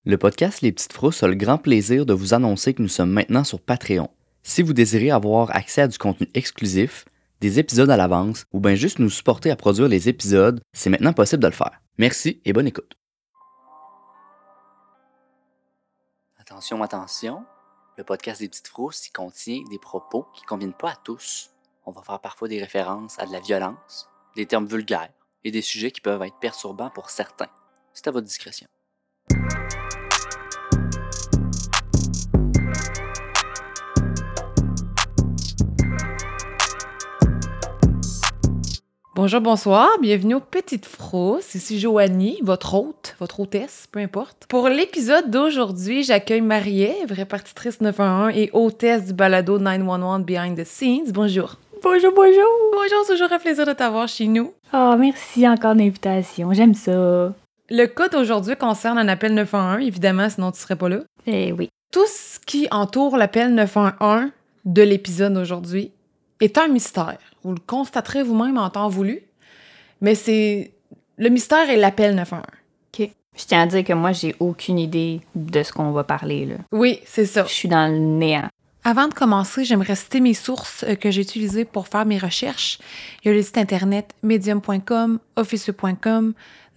Le podcast Les Petites Frousses a le grand plaisir de vous annoncer que nous sommes maintenant sur Patreon. Si vous désirez avoir accès à du contenu exclusif, des épisodes à l'avance ou bien juste nous supporter à produire les épisodes, c'est maintenant possible de le faire. Merci et bonne écoute. Attention, attention, le podcast des Petites Frousses y contient des propos qui ne conviennent pas à tous. On va faire parfois des références à de la violence, des termes vulgaires et des sujets qui peuvent être perturbants pour certains. C'est à votre discrétion. Bonjour, bonsoir, bienvenue aux Petites Frousses. Ici Joanie, votre hôtesse, peu importe. Pour l'épisode d'aujourd'hui, j'accueille Marie-Ève, répartitrice 911 et hôtesse du balado 911 Behind the Scenes. Bonjour. Bonjour, bonjour. Bonjour, c'est toujours un plaisir de t'avoir chez nous. Oh, merci encore de l'invitation, j'aime ça. Le cas d'aujourd'hui concerne un appel 911, évidemment, sinon tu serais pas là. Eh oui. Tout ce qui entoure l'appel 911 de l'épisode d'aujourd'hui est un mystère. Vous le constaterez vous-même en temps voulu, mais c'est... Le mystère est l'appel 911. OK. Je tiens à dire que moi, j'ai aucune idée de ce qu'on va parler, là. Oui, c'est ça. Je suis dans le néant. Avant de commencer, j'aimerais citer mes sources que j'ai utilisées pour faire mes recherches. Il y a le site internet medium.com, officieux.com,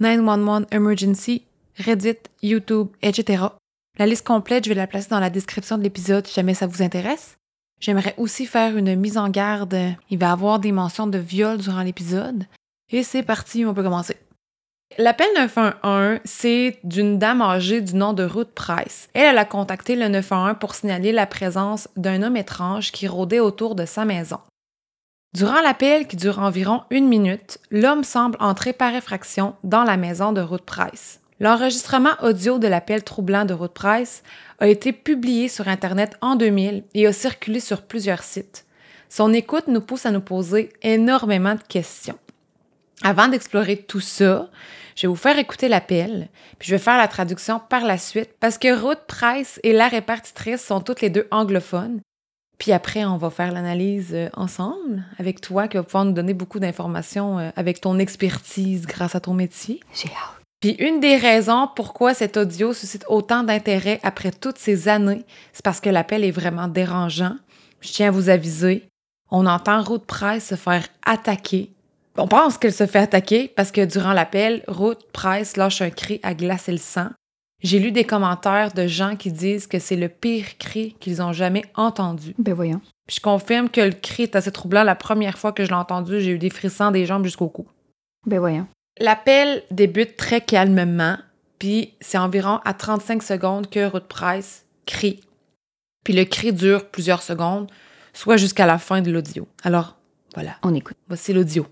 911 Emergency, Reddit, YouTube, etc. La liste complète, je vais la placer dans la description de l'épisode si jamais ça vous intéresse. J'aimerais aussi faire une mise en garde. Il va y avoir des mentions de viol durant l'épisode. Et c'est parti, on peut commencer. L'appel 911, c'est d'une dame âgée du nom de Ruth Price. Elle a contacté le 911 pour signaler la présence d'un homme étrange qui rôdait autour de sa maison. Durant l'appel, qui dure environ 1 minute, l'homme semble entrer par effraction dans la maison de Ruth Price. L'enregistrement audio de l'appel troublant de Ruth Price a été publié sur Internet en 2000 et a circulé sur plusieurs sites. Son écoute nous pousse à nous poser énormément de questions. Avant d'explorer tout ça, je vais vous faire écouter l'appel, puis je vais faire la traduction par la suite, parce que Ruth Price et la répartitrice sont toutes les deux anglophones. Puis après, on va faire l'analyse ensemble, avec toi, qui va pouvoir nous donner beaucoup d'informations avec ton expertise grâce à ton métier. J'ai hâte. Puis une des raisons pourquoi cet audio suscite autant d'intérêt après toutes ces années, c'est parce que l'appel est vraiment dérangeant. Je tiens à vous aviser, on entend Ruth Price se faire attaquer. On pense qu'elle se fait attaquer parce que durant l'appel, Ruth Price lâche un cri à glacer le sang. J'ai lu des commentaires de gens qui disent que c'est le pire cri qu'ils ont jamais entendu. Ben voyons. Puis je confirme que le cri est assez troublant. La première fois que je l'ai entendu, j'ai eu des frissons des jambes jusqu'au cou. Ben voyons. L'appel débute très calmement, puis c'est environ à 35 secondes que Ruth Price crie. Puis le cri dure plusieurs secondes, soit jusqu'à la fin de l'audio. Alors, voilà. On écoute. Voici l'audio.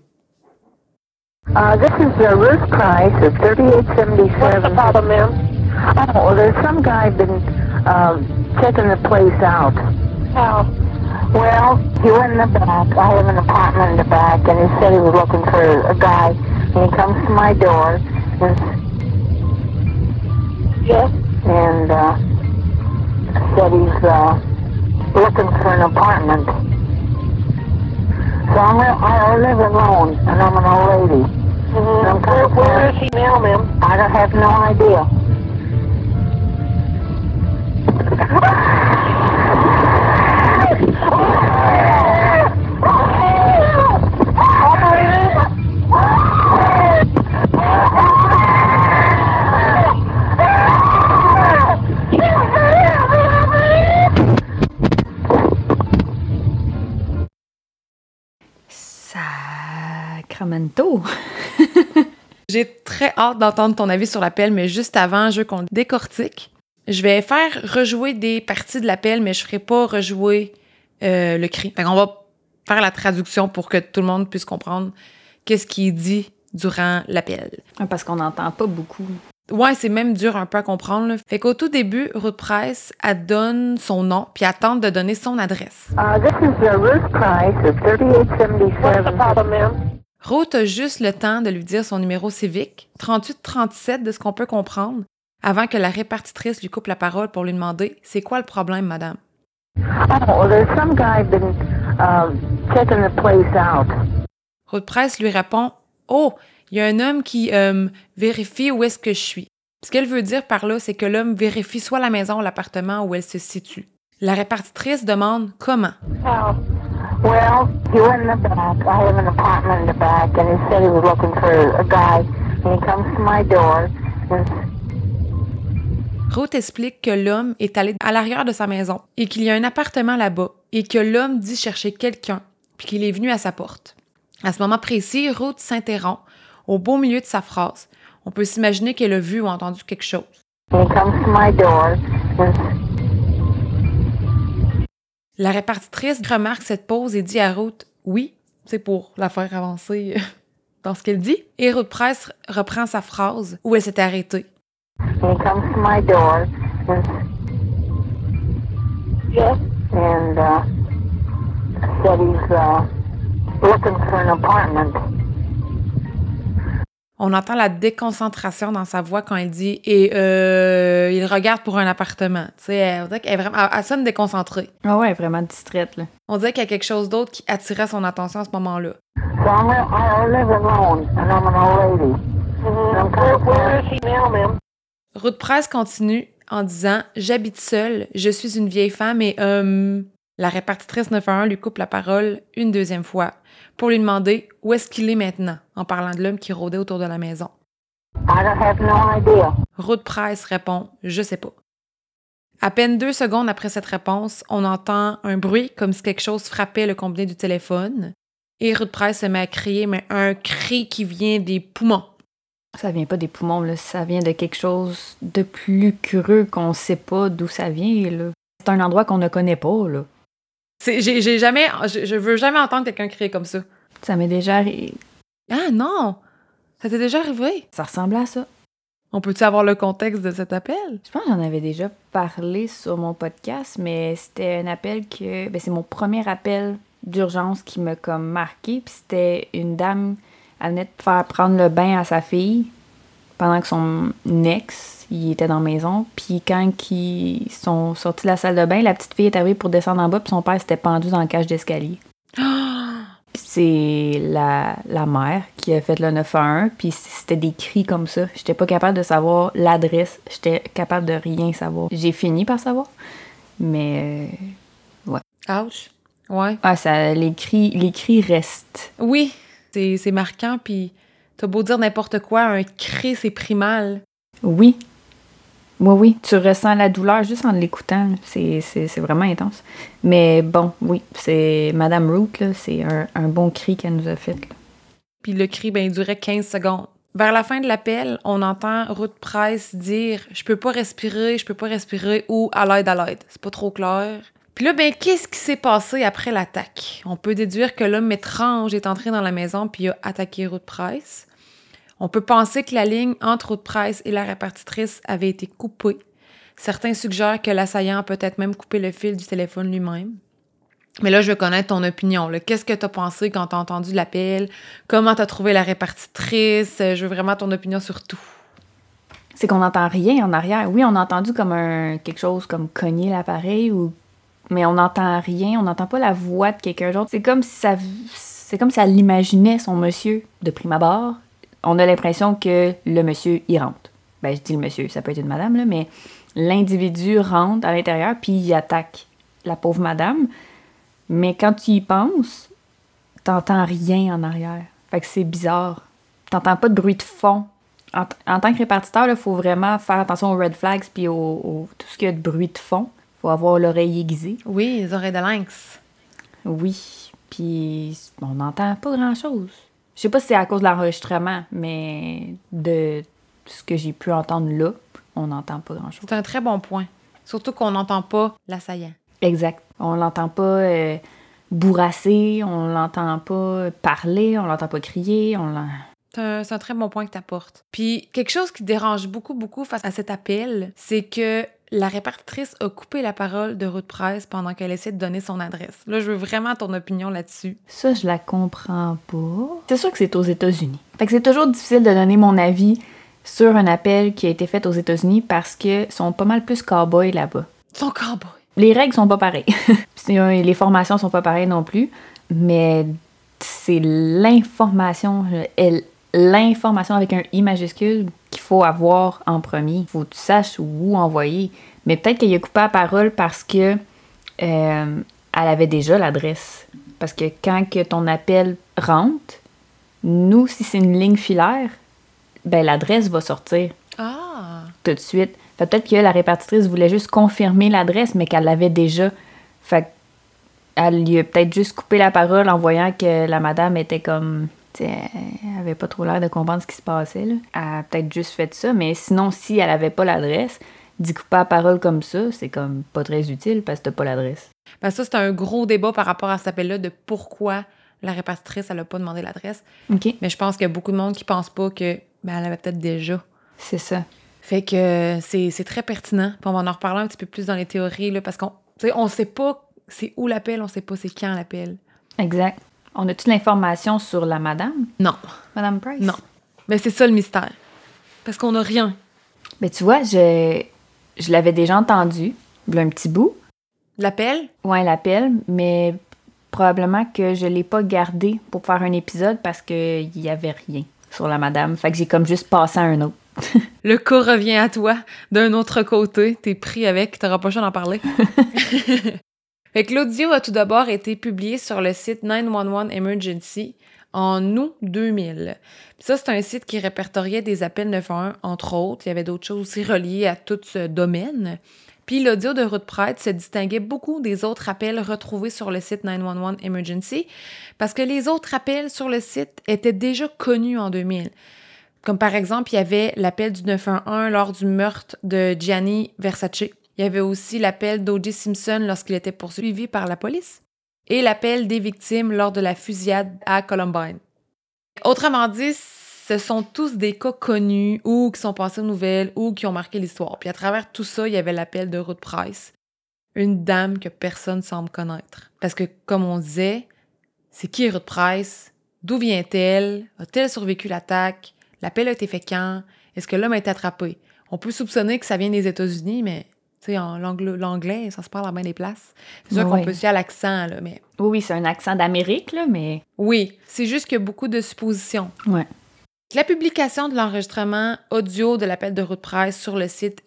This is Ruth Price of 3877. What's the problem, ma'am? Oh, well, there's some guy been checking the place out. How? Well, he went in the back. I have an apartment in the back, and he said he was looking for a guy. And he comes to my door. And, yes? And said he's looking for an apartment. So I live alone, and I'm an old lady. Mm-hmm. And where is he now, ma'am? I don't have no idea. Sacramento. J'ai très hâte d'entendre ton avis sur l'appel, mais juste avant, je veux qu'on le décortique. Je vais faire rejouer des parties de l'appel, mais je ferai pas rejouer le cri. Fait qu'on va faire la traduction pour que tout le monde puisse comprendre qu'est-ce qui est dit durant l'appel. Parce qu'on n'entend pas beaucoup. Ouais, c'est même dur un peu à comprendre, là. Fait qu'au tout début, Ruth Price, elle donne son nom, puis elle tente de donner son adresse. This is Ruth Price of 3877. What's the problem, ma'am? Ruth a juste le temps de lui dire son numéro civique, 3837 de ce qu'on peut comprendre, avant que la répartitrice lui coupe la parole pour lui demander « C'est quoi le problème, madame? » Oh, well, there's some guy been checking the place out. Ruth Price lui répond « Oh, il y a un homme qui vérifie où est-ce que je suis. » Ce qu'elle veut dire par là, c'est que l'homme vérifie soit la maison ou l'appartement où elle se situe. La répartitrice demande comment. Oh, well, he went in the back. I have an apartment in the back, and he said he was looking for a guy, and he comes to my door, and Ruth explique que l'homme est allé à l'arrière de sa maison et qu'il y a un appartement là-bas et que l'homme dit chercher quelqu'un puis qu'il est venu à sa porte. À ce moment précis, Ruth s'interrompt au beau milieu de sa phrase. On peut s'imaginer qu'elle a vu ou entendu quelque chose. he comes to my door, and La répartitrice remarque cette pause et dit à Ruth « oui », c'est pour la faire avancer dans ce qu'elle dit. Et Ruth Price reprend sa phrase où elle s'était arrêtée. he comes to my door, and yes, and said he's looking for an apartment. On entend la déconcentration dans sa voix quand elle dit « et il regarde pour un appartement ». Tu sais, on dirait qu'elle est vraiment, elle sonne déconcentrée. Ah ouais, vraiment distraite, là. On dirait qu'il y a quelque chose d'autre qui attirait son attention à ce moment-là. So I live alone, and I'm an old lady. And I'm where is he now, ma'am? Ruth Price continue en disant « J'habite seule, je suis une vieille femme et La répartitrice 911 lui coupe la parole une deuxième fois pour lui demander où est-ce qu'il est maintenant, en parlant de l'homme qui rôdait autour de la maison. I don't have no idea. Ruth Price répond « Je sais pas ». À peine 2 secondes après cette réponse, on entend un bruit comme si quelque chose frappait le combiné du téléphone. Et Ruth Price se met à crier, mais un cri qui vient des poumons. Ça vient pas des poumons, là. Ça vient de quelque chose de plus creux qu'on sait pas d'où ça vient, là. C'est un endroit qu'on ne connaît pas, là. Je veux jamais entendre quelqu'un crier comme ça. Ça m'est déjà arrivé. Ah non! Ça t'est déjà arrivé? Ça ressemblait à ça. On peut-tu avoir le contexte de cet appel? Je pense que j'en avais déjà parlé sur mon podcast, mais c'était un appel que... Ben, c'est mon premier appel d'urgence qui m'a comme marqué. Puis c'était une dame, elle venait de faire prendre le bain à sa fille pendant que son ex, il était dans la maison. Puis quand ils sont sortis de la salle de bain, la petite fille est arrivée pour descendre en bas, puis son père s'était pendu dans la cage d'escalier. Puis c'est la mère qui a fait le 911, puis c'était des cris comme ça. J'étais pas capable de savoir l'adresse, j'étais capable de rien savoir. J'ai fini par savoir, mais ouais. Ouch. Ouais. Ah, ça, les cris restent. Oui, c'est marquant, puis t'as beau dire n'importe quoi, un cri, c'est primal. Oui. Oui, tu ressens la douleur juste en l'écoutant. C'est vraiment intense. Mais bon, oui, c'est Madame Ruth, là, c'est un bon cri qu'elle nous a fait. Là. Puis le cri, ben, il durait 15 secondes. Vers la fin de l'appel, on entend Ruth Price dire « Je peux pas respirer » ou « à l'aide ». C'est pas trop clair. Puis là, ben, qu'est-ce qui s'est passé après l'attaque? On peut déduire que l'homme étrange est entré dans la maison puis a attaqué Ruth Price. On peut penser que la ligne entre Ruth Price et la répartitrice avait été coupée. Certains suggèrent que l'assaillant a peut-être même coupé le fil du téléphone lui-même. Mais là, je veux connaître ton opinion. Là. Qu'est-ce que tu as pensé quand tu as entendu l'appel? Comment tu as trouvé la répartitrice? Je veux vraiment ton opinion sur tout. C'est qu'on n'entend rien en arrière. Oui, on a entendu comme quelque chose comme cogner l'appareil, mais on n'entend rien. On n'entend pas la voix de quelqu'un d'autre. C'est comme si elle imaginait son monsieur de prime abord. On a l'impression que le monsieur, il rentre. Ben, je dis le monsieur, ça peut être une madame, là, mais l'individu rentre à l'intérieur, puis il attaque la pauvre madame. Mais quand tu y penses, t'entends rien en arrière. Fait que c'est bizarre. T'entends pas de bruit de fond. En tant que répartiteur, il faut vraiment faire attention aux red flags puis tout ce qui a de bruit de fond. Faut avoir l'oreille aiguisée. Oui, les oreilles de lynx. Oui, puis on n'entend pas grand-chose. Je sais pas si c'est à cause de l'enregistrement, mais de ce que j'ai pu entendre là, on n'entend pas grand-chose. C'est un très bon point. Surtout qu'on n'entend pas l'assaillant. Exact. On l'entend pas bourrasser, on l'entend pas parler, on l'entend pas crier, C'est un très bon point que tu apportes. Puis, quelque chose qui dérange beaucoup face à cet appel, c'est que la répartitrice a coupé la parole de Ruth Price pendant qu'elle essaie de donner son adresse. Là, je veux vraiment ton opinion là-dessus. Ça, je la comprends pas. C'est sûr que c'est aux États-Unis. Fait que c'est toujours difficile de donner mon avis sur un appel qui a été fait aux États-Unis parce qu'ils sont pas mal plus cow-boys là-bas. Ils sont cow-boys. Les règles sont pas pareilles. Les formations sont pas pareilles non plus. Mais c'est l'information avec un I majuscule qu'il faut avoir en premier. Faut que tu saches où envoyer. Mais peut-être qu'il a coupé la parole parce que elle avait déjà l'adresse. Parce que quand que ton appel rentre, nous, si c'est une ligne filaire, ben l'adresse va sortir tout de suite. Fait peut-être que la répartitrice voulait juste confirmer l'adresse, mais qu'elle l'avait déjà. Fait qu'elle lui a peut-être juste coupé la parole en voyant que la madame était comme... elle avait pas trop l'air de comprendre ce qui se passait, là. Elle a peut-être juste fait ça, mais sinon, si elle avait pas l'adresse, d'y couper la parole comme ça, c'est comme pas très utile parce que t'as pas l'adresse. Ben ça, c'est un gros débat par rapport à cet appel-là de pourquoi la répartitrice, elle a pas demandé l'adresse. OK. Mais je pense qu'il y a beaucoup de monde qui pense pas que elle avait peut-être déjà. C'est ça. Fait que c'est très pertinent. Puis on va en reparler un petit peu plus dans les théories, là, parce on sait pas c'est où l'appel, on sait pas c'est quand l'appel. Exact. On a-tu l'information sur la madame? Non. Madame Price? Non. Mais c'est ça le mystère. Parce qu'on a rien. Mais tu vois, je l'avais déjà entendu, il y a un petit bout. L'appel? Ouais, l'appel, mais probablement que je l'ai pas gardé pour faire un épisode parce qu'il y avait rien sur la madame. Fait que j'ai comme juste passé à un autre. Le cas revient à toi d'un autre côté. T'es pris avec, t'auras pas le choix d'en parler. Fait que l'audio a tout d'abord été publié sur le site 911 Emergency en août 2000. Puis ça, c'est un site qui répertoriait des appels 911, entre autres. Il y avait d'autres choses aussi reliées à tout ce domaine. Puis l'audio de Ruth Price se distinguait beaucoup des autres appels retrouvés sur le site 911 Emergency parce que les autres appels sur le site étaient déjà connus en 2000. Comme par exemple, il y avait l'appel du 911 lors du meurtre de Gianni Versace. Il y avait aussi l'appel d'O.J. Simpson lorsqu'il était poursuivi par la police et l'appel des victimes lors de la fusillade à Columbine. Autrement dit, ce sont tous des cas connus ou qui sont passés aux nouvelles ou qui ont marqué l'histoire. Puis à travers tout ça, il y avait l'appel de Ruth Price, une dame que personne semble connaître. Parce que, comme on disait, c'est qui Ruth Price? D'où vient-elle? A-t-elle survécu l'attaque? L'appel a été fait quand? Est-ce que l'homme a été attrapé? On peut soupçonner que ça vient des États-Unis, mais tu sais, l'anglais, ça se parle à bien des places. C'est sûr qu'on peut se fier à l'accent, là, mais... Oui, c'est un accent d'Amérique, là, mais... Oui, c'est juste qu'il y a beaucoup de suppositions. Ouais. La publication de l'enregistrement audio de l'appel de Ruth Price sur le site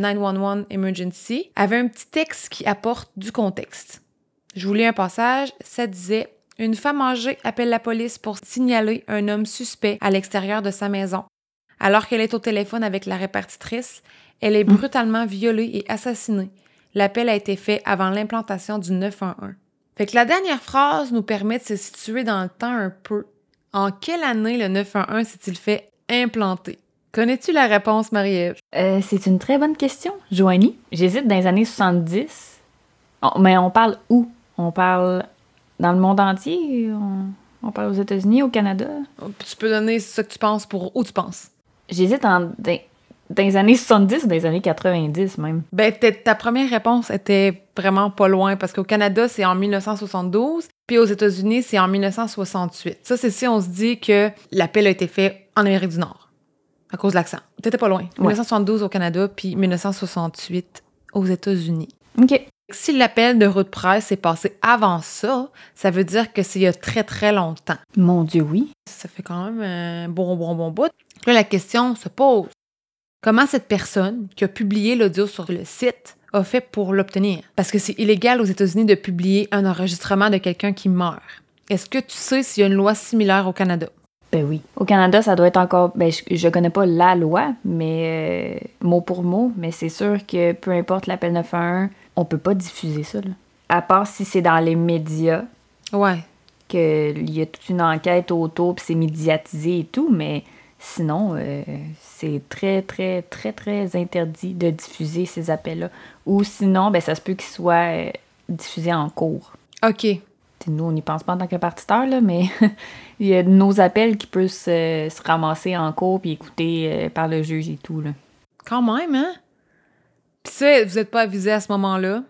911 Emergency avait un petit texte qui apporte du contexte. Je vous lis un passage, ça disait « Une femme âgée appelle la police pour signaler un homme suspect à l'extérieur de sa maison. Alors qu'elle est au téléphone avec la répartitrice, elle est brutalement violée et assassinée. L'appel a été fait avant l'implantation du 911. » Fait que la dernière phrase nous permet de se situer dans le temps un peu. En quelle année le 911 s'est-il fait implanter? Connais-tu la réponse, Marie-Ève? C'est une très bonne question, Joanie. J'hésite dans les années 70. Mais on parle où? On parle dans le monde entier? On parle aux États-Unis, au Canada? Tu peux donner ce que tu penses pour où tu penses. J'hésite dans les années 70 ou dans les années 90 même. Ben, ta première réponse était vraiment pas loin parce qu'au Canada, c'est en 1972, puis aux États-Unis, c'est en 1968. Ça, c'est si on se dit que l'appel a été fait en Amérique du Nord à cause de l'accent. T'étais pas loin. 1972 au Canada, puis 1968 aux États-Unis. OK. Si l'appel de Ruth Price s'est passé avant ça, ça veut dire que c'est il y a très, très longtemps. Mon Dieu, oui. Ça fait quand même un bon bout. Là, la question se pose. Comment cette personne qui a publié l'audio sur le site a fait pour l'obtenir? Parce que c'est illégal aux États-Unis de publier un enregistrement de quelqu'un qui meurt. Est-ce que tu sais s'il y a une loi similaire au Canada? Ben oui. Au Canada, ça doit être encore... Ben, je connais pas la loi, mais mot pour mot, mais c'est sûr que peu importe l'appel 911, on peut pas diffuser ça, là. À part si c'est dans les médias. Ouais. Qu'il y a toute une enquête autour, puis c'est médiatisé et tout, mais... Sinon, c'est très, très, très, très interdit de diffuser ces appels-là. Ou sinon, ben ça se peut qu'ils soient diffusés en cours. OK. T'sais, nous, on n'y pense pas en tant que partiteur, là, mais il y a nos appels qui peuvent se ramasser en cours puis écouter par le juge et tout, là. Quand même, hein? Puis ça, vous n'êtes pas avisé à ce moment-là?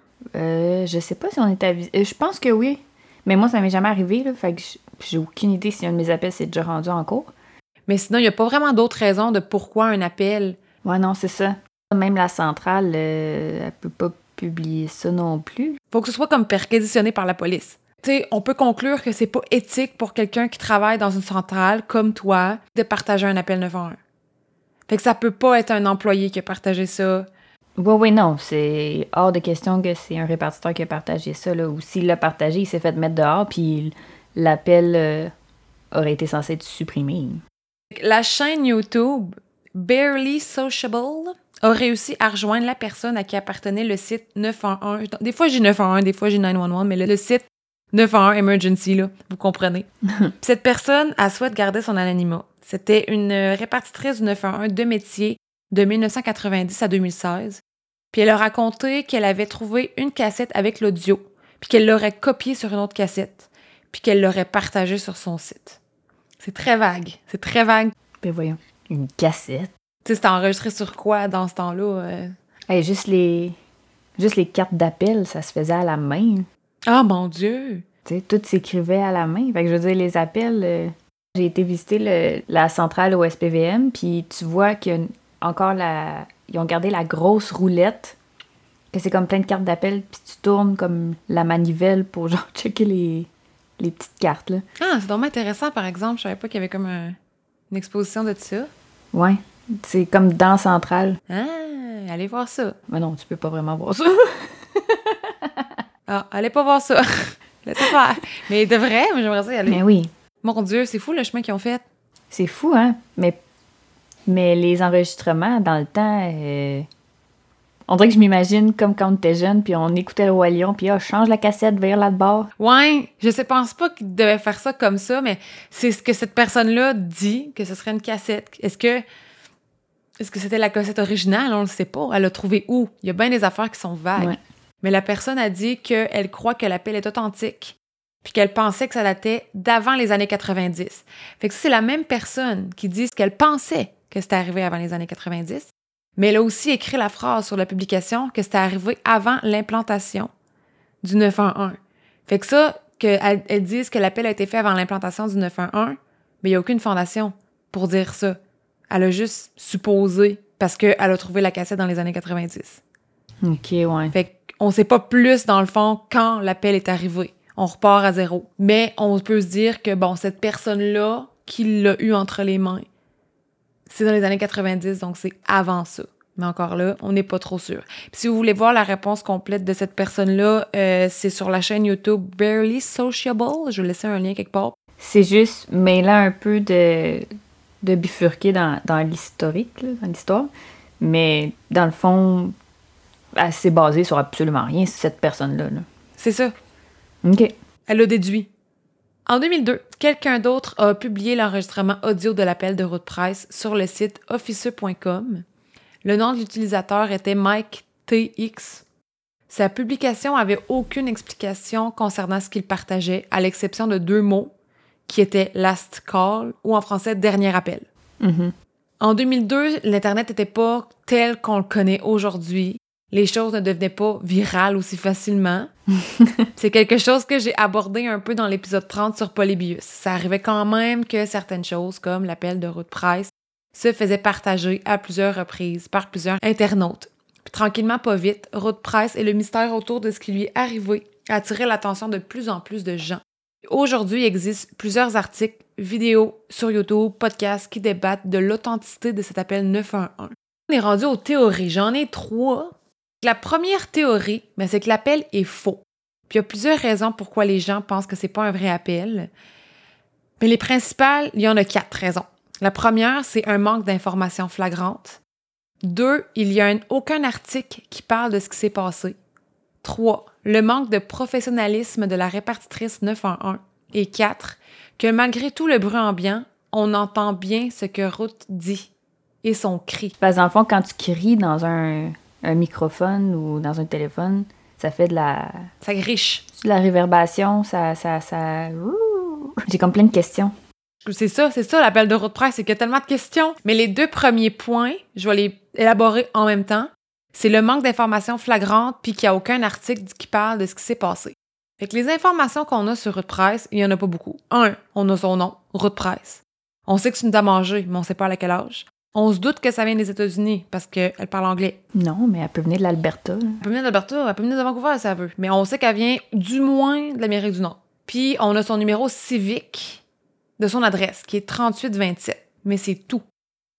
Je sais pas si on est avisé. Je pense que oui. Mais moi, ça m'est jamais arrivé, là. Fait que j'ai aucune idée si un de mes appels s'est déjà rendu en cours. Mais sinon, il n'y a pas vraiment d'autres raisons de pourquoi un appel. Ouais, non, c'est ça. Même la centrale, elle peut pas publier ça non plus. Faut que ce soit comme perquisitionné par la police. Tu sais, on peut conclure que c'est pas éthique pour quelqu'un qui travaille dans une centrale comme toi de partager un appel 911. Fait que ça peut pas être un employé qui a partagé ça. Oui, non, c'est hors de question que c'est un répartiteur qui a partagé ça, là. Ou s'il l'a partagé, il s'est fait mettre dehors, puis l'appel aurait été censé être supprimé. La chaîne YouTube Barely Sociable a réussi à rejoindre la personne à qui appartenait le site 911. Des fois, j'ai 911, des fois, j'ai 911, mais le site 911 Emergency, là, vous comprenez. Cette personne, elle souhaite garder son anonymat. C'était une répartitrice du 911 de métier de 1990 à 2016. Puis elle a raconté qu'elle avait trouvé une cassette avec l'audio, puis qu'elle l'aurait copiée sur une autre cassette, puis qu'elle l'aurait partagée sur son site. C'est très vague. C'est très vague. Ben voyons, une cassette. Tu sais, c'était enregistré sur quoi dans ce temps-là? Hey, juste les cartes d'appel, ça se faisait à la main. Ah, mon Dieu! Tu sais, tout s'écrivait à la main. Fait que je veux dire, les appels... j'ai été visiter la centrale au SPVM, puis tu vois qu'il y a encore ils ont gardé la grosse roulette, que c'est comme plein de cartes d'appel, puis tu tournes comme la manivelle pour genre checker les petites cartes, là. Ah, c'est vraiment intéressant, par exemple. Je savais pas qu'il y avait comme une exposition de ça. Ouais, c'est comme dans centrale. Ah, allez voir ça. Mais non, tu peux pas vraiment voir ça. Ah, allez pas voir ça. Laissez faire. Mais de vrai, j'aimerais ça y aller. Mais oui. Mon Dieu, c'est fou le chemin qu'ils ont fait. C'est fou, hein? Mais les enregistrements, dans le temps, on dirait que je m'imagine comme quand on était jeune, puis on écoutait le Roi Lion, puis change la cassette, vire là-de-bord. Ouais, pense pas qu'ils devaient faire ça comme ça, mais c'est ce que cette personne-là dit, que ce serait une cassette. Est-ce que c'était la cassette originale? On le sait pas. Elle l'a trouvée où? Il y a bien des affaires qui sont vagues. Ouais. Mais la personne a dit qu'elle croit que l'appel est authentique, puis qu'elle pensait que ça datait d'avant les années 90. Fait que c'est la même personne qui dit qu'elle pensait que c'était arrivé avant les années 90, mais elle a aussi écrit la phrase sur la publication que c'était arrivé avant l'implantation du 911. Fait que ça, qu'elle dise que l'appel a été fait avant l'implantation du 911, mais il n'y a aucune fondation pour dire ça. Elle a juste supposé parce qu'elle a trouvé la cassette dans les années 90. OK, ouais. Fait qu'on sait pas plus, dans le fond, quand l'appel est arrivé. On repart à zéro. Mais on peut se dire que, bon, cette personne-là qui l'a eu entre les mains, c'est dans les années 90, donc c'est avant ça. Mais encore là, on n'est pas trop sûr. Puis si vous voulez voir la réponse complète de cette personne-là, c'est sur la chaîne YouTube Barely Sociable. Je vais laisser un lien quelque part. C'est juste mêlant un peu de bifurquer dans l'historique, là, dans l'histoire. Mais dans le fond, c'est basé sur absolument rien, cette personne-là. Là. C'est ça. OK. Elle l'a déduit. En 2002, quelqu'un d'autre a publié l'enregistrement audio de l'appel de Ruth Price sur le site officieux.com. Le nom de l'utilisateur était Mike TX. Sa publication avait aucune explication concernant ce qu'il partageait, à l'exception de 2 mots, qui étaient « last call » ou en français « dernier appel ». Mm-hmm. En 2002, l'Internet n'était pas tel qu'on le connaît aujourd'hui. Les choses ne devenaient pas virales aussi facilement. C'est quelque chose que j'ai abordé un peu dans l'épisode 30 sur Polybius. Ça arrivait quand même que certaines choses, comme l'appel de Ruth Price, se faisaient partager à plusieurs reprises par plusieurs internautes. Puis, tranquillement, pas vite, Ruth Price et le mystère autour de ce qui lui est arrivé a attiré l'attention de plus en plus de gens. Aujourd'hui, il existe plusieurs articles, vidéos sur YouTube, podcasts qui débattent de l'authenticité de cet appel 911. On est rendu aux théories. J'en ai 3. La première théorie, c'est que l'appel est faux. Puis il y a plusieurs raisons pourquoi les gens pensent que c'est pas un vrai appel. Mais les principales, il y en a 4 raisons. La première, c'est un manque d'informations flagrantes. 2, il y a aucun article qui parle de ce qui s'est passé. 3, le manque de professionnalisme de la répartitrice 911. Et 4, que malgré tout le bruit ambiant, on entend bien ce que Ruth dit et son cri. Parce que dans le fond, quand tu cries dans un microphone ou dans un téléphone, ça fait de la... Ça griche. De la réverbération, ça... J'ai comme plein de questions. C'est ça l'appel de Ruth Price, c'est qu'il y a tellement de questions. Mais les 2 premiers points, je vais les élaborer en même temps. C'est le manque d'informations flagrantes puis qu'il n'y a aucun article qui parle de ce qui s'est passé. Fait que les informations qu'on a sur Ruth Price, il n'y en a pas beaucoup. 1, on a son nom, Ruth Price. On sait que c'est une dame âgée, mais on ne sait pas à quel âge. On se doute que ça vient des États-Unis parce qu'elle parle anglais. Non, mais elle peut venir de l'Alberta. Elle peut venir de l'Alberta, elle peut venir de Vancouver si elle veut. Mais on sait qu'elle vient du moins de l'Amérique du Nord. Puis on a son numéro civique de son adresse, qui est 3827. Mais c'est tout.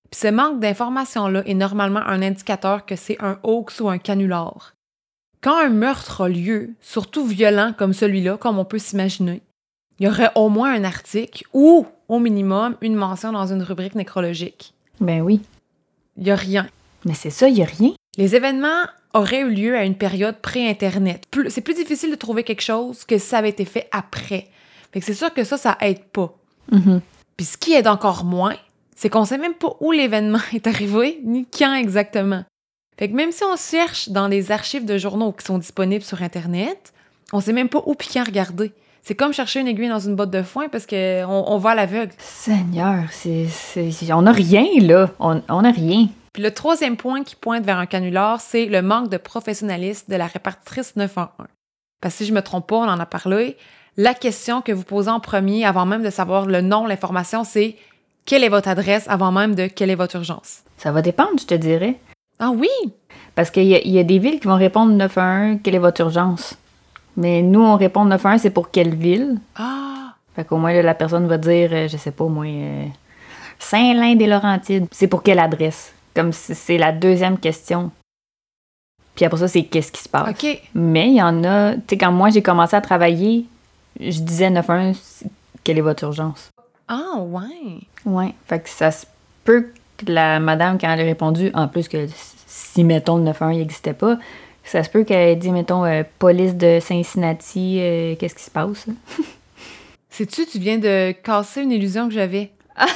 Puis ce manque d'information-là est normalement un indicateur que c'est un hoax ou un canular. Quand un meurtre a lieu, surtout violent comme celui-là, comme on peut s'imaginer, il y aurait au moins un article ou, au minimum, une mention dans une rubrique nécrologique. Ben oui. Il n'y a rien. Mais c'est ça, il y a rien. Les événements auraient eu lieu à une période pré-Internet. C'est plus difficile de trouver quelque chose que si ça avait été fait après. Fait que c'est sûr que ça aide pas. Mhm. Puis ce qui aide encore moins, c'est qu'on sait même pas où l'événement est arrivé, ni quand exactement. Fait que même si on cherche dans les archives de journaux qui sont disponibles sur Internet, on sait même pas où puis quand regarder. C'est comme chercher une aiguille dans une botte de foin parce qu'on va à l'aveugle. Seigneur, on a rien, là. On a rien. Puis le troisième point qui pointe vers un canular, c'est le manque de professionnalisme de la répartitrice 911. Parce que si je me trompe pas, on en a parlé, la question que vous posez en premier, avant même de savoir le nom, l'information, c'est « Quelle est votre adresse ?» avant même de « Quelle est votre urgence ?» Ça va dépendre, je te dirais. Ah oui? Parce qu'il y a des villes qui vont répondre 911, quelle est votre urgence? Mais nous, on répond 911, c'est pour quelle ville? Ah! Fait qu'au moins, là, la personne va dire, je sais pas, moi, Saint-Lin-des-Laurentides. C'est pour quelle adresse? Comme c'est la deuxième question. Puis après ça, c'est qu'est-ce qui se passe? OK. Mais il y en a, tu sais, quand moi, j'ai commencé à travailler, je disais 911, quelle est votre urgence? Ah, ouais. Ouais. Fait que ça se peut que la madame, quand elle a répondu, en plus que si, mettons, le 911 n'existait pas, ça se peut qu'elle ait dit, mettons, police de Cincinnati, qu'est-ce qui se passe? Sais-tu, tu viens de casser une illusion que j'avais.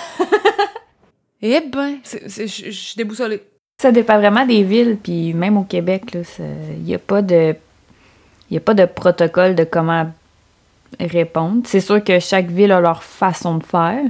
Eh ben, je suis déboussolée. Ça dépend vraiment des villes, puis même au Québec, il n'y a pas de protocole de comment répondre. C'est sûr que chaque ville a leur façon de faire.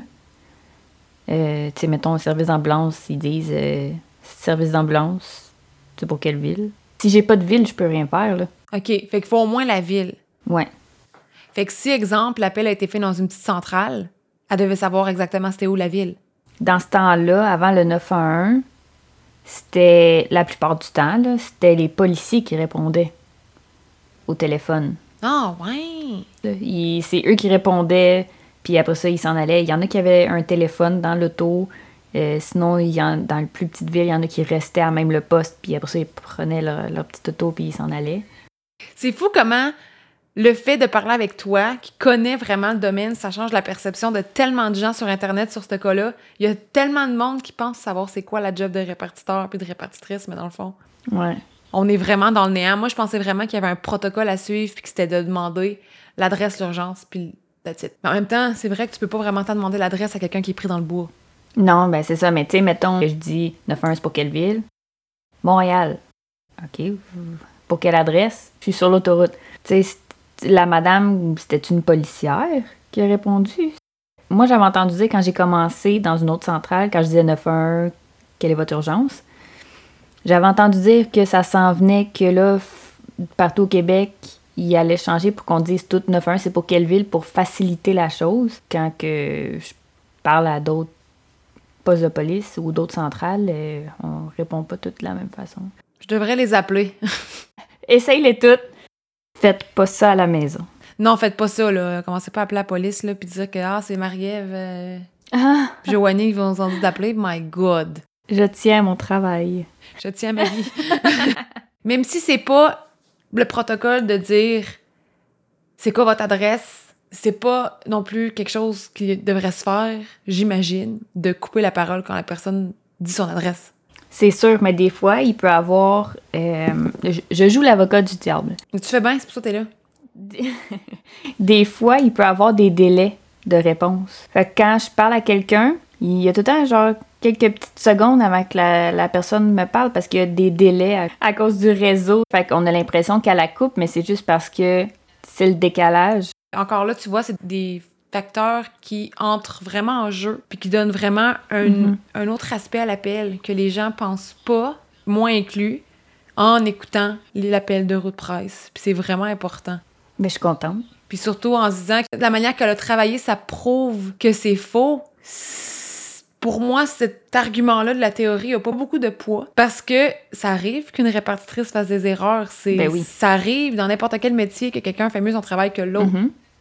Tu sais, mettons, service d'ambulance, ils disent service d'ambulance, c'est pour quelle ville? Si j'ai pas de ville, je peux rien faire, là. OK, fait qu'il faut au moins la ville. Ouais. Fait que si, exemple, l'appel a été fait dans une petite centrale, elle devait savoir exactement c'était où la ville. Dans ce temps-là, avant le 911, c'était, la plupart du temps, là, c'était les policiers qui répondaient au téléphone. Ah, ouais! C'est eux qui répondaient, puis après ça, ils s'en allaient. Il y en a qui avaient un téléphone dans l'auto. Sinon, dans les plus petites villes, il y en a qui restaient à même le poste, puis après ça, ils prenaient leur petite auto, puis ils s'en allaient. C'est fou comment le fait de parler avec toi, qui connaît vraiment le domaine, ça change la perception de tellement de gens sur Internet sur ce cas-là. Il y a tellement de monde qui pense savoir c'est quoi la job de répartiteur puis de répartitrice, mais dans le fond, Ouais. on est vraiment dans le néant. Moi, je pensais vraiment qu'il y avait un protocole à suivre puis que c'était de demander l'adresse, l'urgence, puis that's it. Mais en même temps, c'est vrai que tu peux pas vraiment t'en demander l'adresse à quelqu'un qui est pris dans le bois. Non, ben c'est ça. Mais tu sais, mettons que je dis 911, c'est pour quelle ville? Montréal. OK. Pour quelle adresse? Je suis sur l'autoroute. Tu sais, la madame, c'était une policière qui a répondu. Moi, j'avais entendu dire quand j'ai commencé dans une autre centrale, quand je disais 911, quelle est votre urgence? J'avais entendu dire que ça s'en venait que là, partout au Québec, il allait changer pour qu'on dise tout 911, c'est pour quelle ville, pour faciliter la chose. Quand que je parle à d'autres postes de police ou d'autres centrales, on répond pas toutes de la même façon. Je devrais les appeler. Essaye-les toutes. Faites pas ça à la maison. Non, faites pas ça, là. Commencez pas à appeler la police, là, puis dire que c'est Marie-Ève, Ah, Joanie qui vont s'en d'appeler. My God. je tiens à mon travail. Je tiens à ma vie. Même si c'est pas le protocole de dire c'est quoi votre adresse, c'est pas non plus quelque chose qui devrait se faire, j'imagine, de couper la parole quand la personne dit son adresse. C'est sûr, mais des fois, il peut avoir... je joue l'avocat du diable. Mais tu fais bien, c'est pour ça que t'es là. Des fois, il peut avoir des délais de réponse. Fait que quand je parle à quelqu'un, il y a tout le temps genre quelques petites secondes avant que la personne me parle parce qu'il y a des délais à cause du réseau. Fait qu'on a l'impression qu'elle la coupe, mais c'est juste parce que c'est le décalage. Encore là, tu vois, c'est des facteurs qui entrent vraiment en jeu puis qui donnent vraiment un autre aspect à l'appel que les gens pensent pas, moins inclus, en écoutant l'appel de route presse. Puis c'est vraiment important. Mais je suis contente. Puis surtout en se disant que la manière qu'elle a travaillé, ça prouve que c'est faux. Pour moi, cet argument-là de la théorie n'a pas beaucoup de poids parce que ça arrive qu'une répartitrice fasse des erreurs. Ben oui. Ça arrive dans n'importe quel métier que quelqu'un fait mieux son travail que l'autre. Mm-hmm.